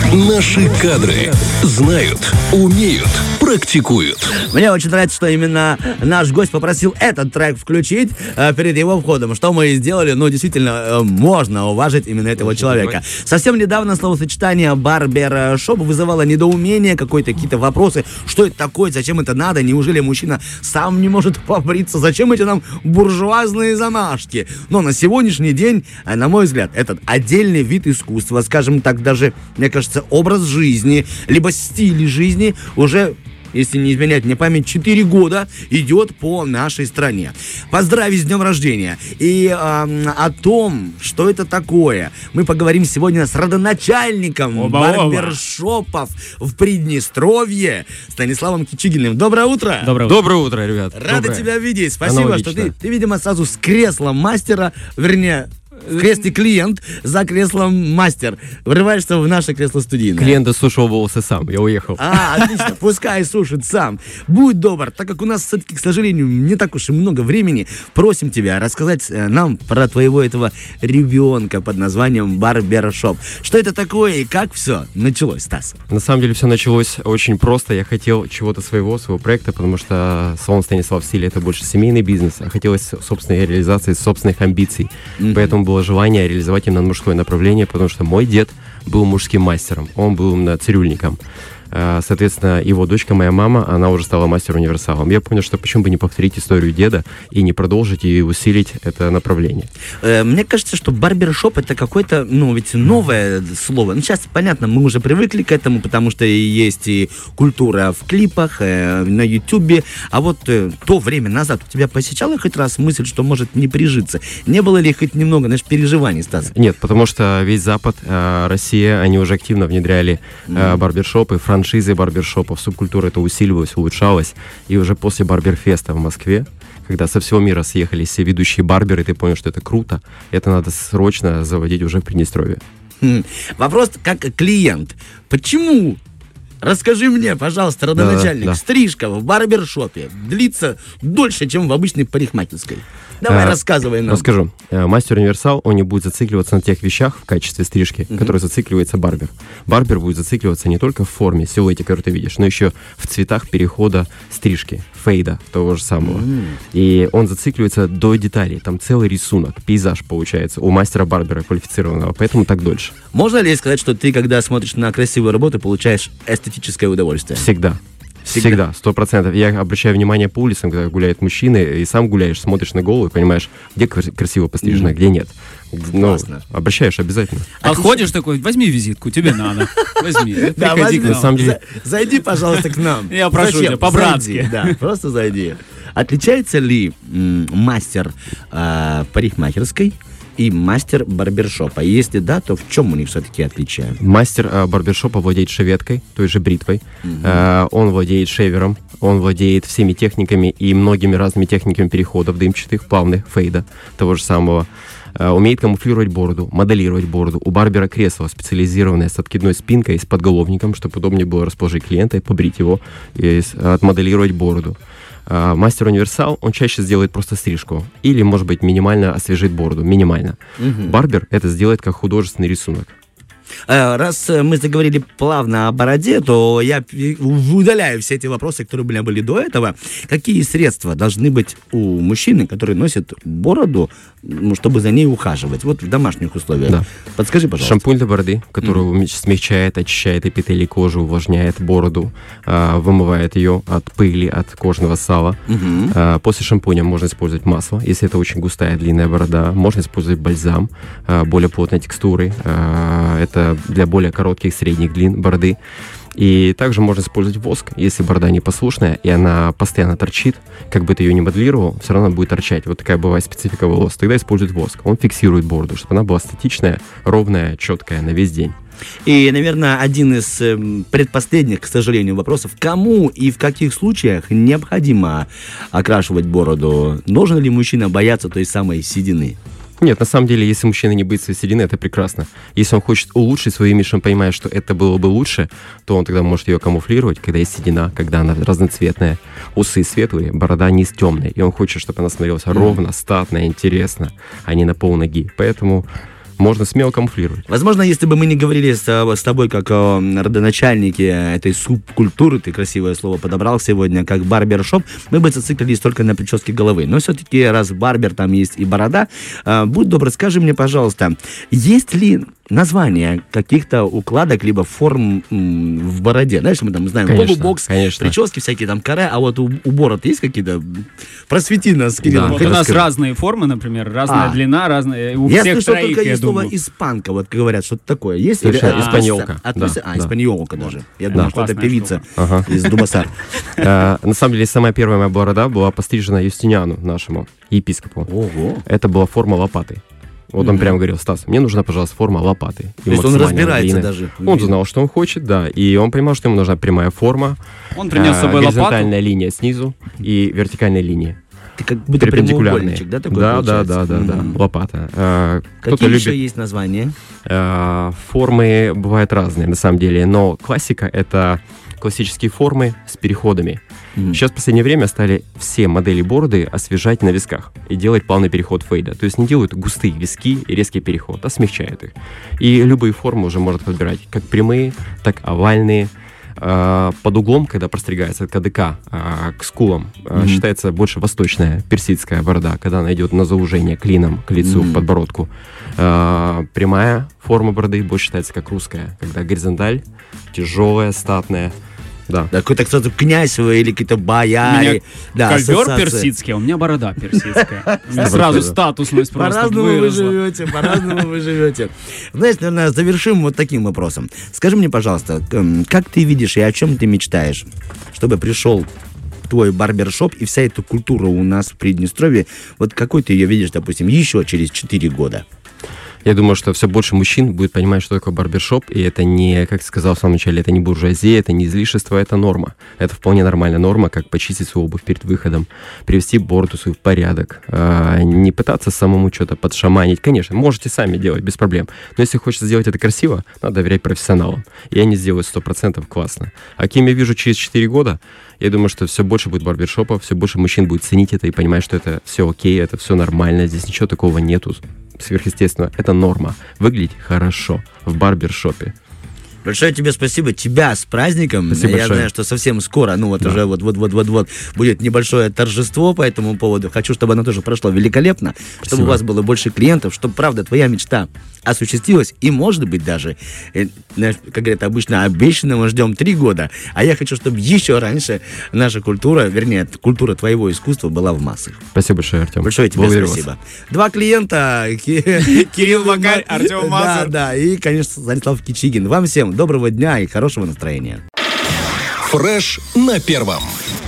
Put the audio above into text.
Наши кадры знают, умеют, практикуют. Мне очень нравится, что именно наш гость попросил этот трек включить перед его входом. Что мы и сделали. Ну, действительно, можно уважить именно этого человека. Совсем недавно словосочетание «барбершоп» вызывало недоумение, какие-то вопросы. Что это такое? Зачем это надо? Неужели мужчина сам не может побриться? Зачем эти нам буржуазные замашки? Но на сегодняшний день, на мой взгляд, этот отдельный вид искусства, скажем так, даже, мне кажется, образ жизни, либо стиль жизни уже, если не изменять мне память, 4 года идет по нашей стране. Поздравить с днем рождения. И о том, что это такое, мы поговорим сегодня с родоначальником барбершопов в Приднестровье Станиславом Кичигиным. Доброе утро! Доброе утро, ребят. Рада тебя видеть. Спасибо, что ты, видимо, сразу с креслом мастера, вернее, в кресле клиент, за креслом мастер. Врываешься в наше кресло студийное. Клиент досушил волосы сам, я уехал. Отлично, пускай сушит сам. Будь добр, так как у нас все-таки, к сожалению, не так уж и много времени, просим тебя рассказать нам про твоего этого ребенка под названием барбершоп. Что это такое и как все началось, Стас? На самом деле все началось очень просто. Я хотел чего-то своего проекта, потому что салон Станислав Стиль — это больше семейный бизнес, а хотелось собственной реализации, собственных амбиций. Поэтому было желание реализовать именно мужское направление, потому что мой дед был мужским мастером, он был именно цирюльником. Соответственно, его дочка, моя мама, она уже стала мастер-универсалом. Я понял, что почему бы не повторить историю деда и не продолжить и усилить это направление. Мне кажется, что барбершоп — это какое-то, ведь новое слово. Сейчас, понятно, мы уже привыкли к этому, потому что есть и культура в клипах, на ютубе. А вот то время назад у тебя посещала хоть раз мысль, что может не прижиться? Не было ли хоть немного, переживаний, Стас? Нет, потому что весь Запад, Россия, они уже активно внедряли барбершопы, франшизы барбершопов, субкультура это усиливалась, улучшалась. И уже после Барберфеста в Москве, когда со всего мира съехались все ведущие барберы, ты понял, что это круто, это надо срочно заводить уже в Приднестровье. Вопрос как клиент. Почему? Расскажи мне, пожалуйста, родоначальник, стрижка в барбершопе длится дольше, чем в обычной парикмахерской. Давай, рассказывай нам. Расскажу. Мастер-универсал, он не будет зацикливаться на тех вещах в качестве стрижки, которые зацикливается барбер. Барбер будет зацикливаться не только в форме, силуэте, который ты видишь, но еще в цветах перехода стрижки, фейда, того же самого. И он зацикливается до деталей. Там целый рисунок, пейзаж получается у мастера-барбера квалифицированного, поэтому так дольше. Можно ли сказать, что ты, когда смотришь на красивую работу, получаешь эстетическое удовольствие? Всегда. Всегда, 100%. Я обращаю внимание по улицам, когда гуляют мужчины, и сам гуляешь, смотришь на голову и понимаешь, где красиво пострижено, где нет. Обращаешь обязательно. А ходишь такой, возьми визитку, тебе надо. Возьми. Да, возьми. На самом деле. Зайди, пожалуйста, к нам. Я прошу тебя, по-братски. Да, просто зайди. Отличается ли мастер парикмахерской и мастер барбершопа? Если да, то в чем у них все-таки отличие? Мастер барбершопа владеет шеветкой, той же бритвой. Он владеет шевером, он владеет всеми техниками и многими разными техниками переходов, дымчатых, плавных, фейда, того же самого. Умеет камуфлировать бороду, моделировать бороду. У барбера кресло специализированное с откидной спинкой и с подголовником, чтобы удобнее было расположить клиента и побрить его, и отмоделировать бороду. Мастер-универсал, он чаще сделает просто стрижку. Или, может быть, минимально освежит бороду. Минимально. Барбер это сделает как художественный рисунок. Раз мы заговорили плавно о бороде, то я удаляю все эти вопросы, которые у меня были до этого. Какие средства должны быть у мужчины, который носит бороду, чтобы за ней ухаживать? Вот в домашних условиях. Да. Подскажи, пожалуйста. Шампунь для бороды, который смягчает, очищает эпителий кожи, увлажняет бороду, вымывает ее от пыли, от кожного сала. После шампуня можно использовать масло, если это очень густая, длинная борода. Можно использовать бальзам более плотной текстуры. Это для более коротких, средних длин бороды. И также можно использовать воск, если борода непослушная, и она постоянно торчит, как бы ты ее ни моделировал, все равно будет торчать. Вот такая бывает специфика волос. Тогда используют воск. Он фиксирует бороду, чтобы она была статичная, ровная, четкая на весь день. И, наверное, один из предпоследних, к сожалению, вопросов. Кому и в каких случаях необходимо окрашивать бороду? Должен ли мужчина бояться той самой седины? Нет, на самом деле, если мужчина не боится седины, это прекрасно. Если он хочет улучшить свой имидж, он понимает, что это было бы лучше, то он тогда может ее камуфлировать, когда есть седина, когда она разноцветная. Усы светлые, борода низ темная. И он хочет, чтобы она смотрелась ровно, статно, интересно, а не на полноги. Поэтому Можно смело камуфлировать. Возможно, если бы мы не говорили с тобой как о родоначальнике этой субкультуры, ты красивое слово подобрал сегодня, как барбершоп, мы бы зациклились только на прическе головы. Но все-таки, раз барбер, там есть и борода, будь добр, скажи мне, пожалуйста, есть ли название каких-то укладок либо форм в бороде? Знаешь, мы там знаем полубокс, прически всякие, там каре, а вот у бород есть какие-то? Просвети нас, Кирилл. Да. Вот у нас разные формы, например, разная длина, разные. У я всех слышал троих, только есть слово думаю. испанка, вот говорят, что-то такое. Есть? Испаньолка. Испаньолка даже. Я думаю, что это певица из Дубасар. На самом деле, самая первая моя борода была пострижена Юстиниану, нашему епископу. Ого. Это была форма лопаты. Вот он прямо говорил: Стас, мне нужна, пожалуйста, форма лопаты. То есть он разбирается даже. Он знал, что он хочет, да. И он понимал, что ему нужна прямая форма. Он принес с собой горизонтальная лопату. линия снизу и вертикальная линия. Ты как будто прямоугольничек, да, такой получается? Да, лопата. Какие еще есть названия? Формы бывают разные, на самом деле, но классика — это классические формы с переходами. Сейчас в последнее время стали все модели бороды освежать на висках и делать плавный переход фейда. То есть не делают густые виски и резкий переход, а смягчают их. И любые формы уже можно подбирать, как прямые, так овальные. Под углом, когда простригается от КДК к скулам, считается больше восточная персидская борода, когда она идет на заужение клином к лицу, к подбородку. Прямая форма бороды больше считается как русская, когда горизонталь, тяжелая, статная. Да. Какой-то кто-то князь или какие-то бояре. Да, ковер персидский, а у меня борода персидская. У меня сразу статусность просто выросла. По-разному вы живете. Знаешь, наверное, завершим вот таким вопросом. Скажи мне, пожалуйста, как ты видишь и о чем ты мечтаешь, чтобы пришел твой барбершоп и вся эта культура у нас в Приднестровье, вот какой ты ее видишь, допустим, еще через 4 года? Я думаю, что все больше мужчин будет понимать, что такое барбершоп, и это не, как ты сказал в самом начале, это не буржуазия, это не излишество, это норма. Это вполне нормальная норма, как почистить свою обувь перед выходом, привести бороду свою в порядок, не пытаться самому что-то подшаманить. Конечно, можете сами делать, без проблем, но если хочется сделать это красиво, надо доверять профессионалам, и они сделают 100% классно. А кем я вижу через 4 года, я думаю, что все больше будет барбершопов, все больше мужчин будет ценить это и понимать, что это все окей, это все нормально, здесь ничего такого нету сверхъестественно. Это норма. Выглядеть хорошо в барбершопе. Большое тебе спасибо. Тебя с праздником. Спасибо Я большое. знаю, что совсем скоро, уже вот будет небольшое торжество по этому поводу. Хочу, чтобы оно тоже прошло великолепно, чтобы у вас было больше клиентов, чтобы, правда, твоя мечта осуществилась. И, может быть, даже, знаешь, как говорят обычно, обещанно мы ждем 3 года. А я хочу, чтобы еще раньше наша культура, вернее, культура твоего искусства была в массах. Спасибо большое, Артем. Большое тебе Благодарю спасибо. вас. 2 клиента. Кирилл Вакарь, Артем Мазур. Да, и, конечно, Станислав Кичигин. Вам всем доброго дня и хорошего настроения. Фреш на первом.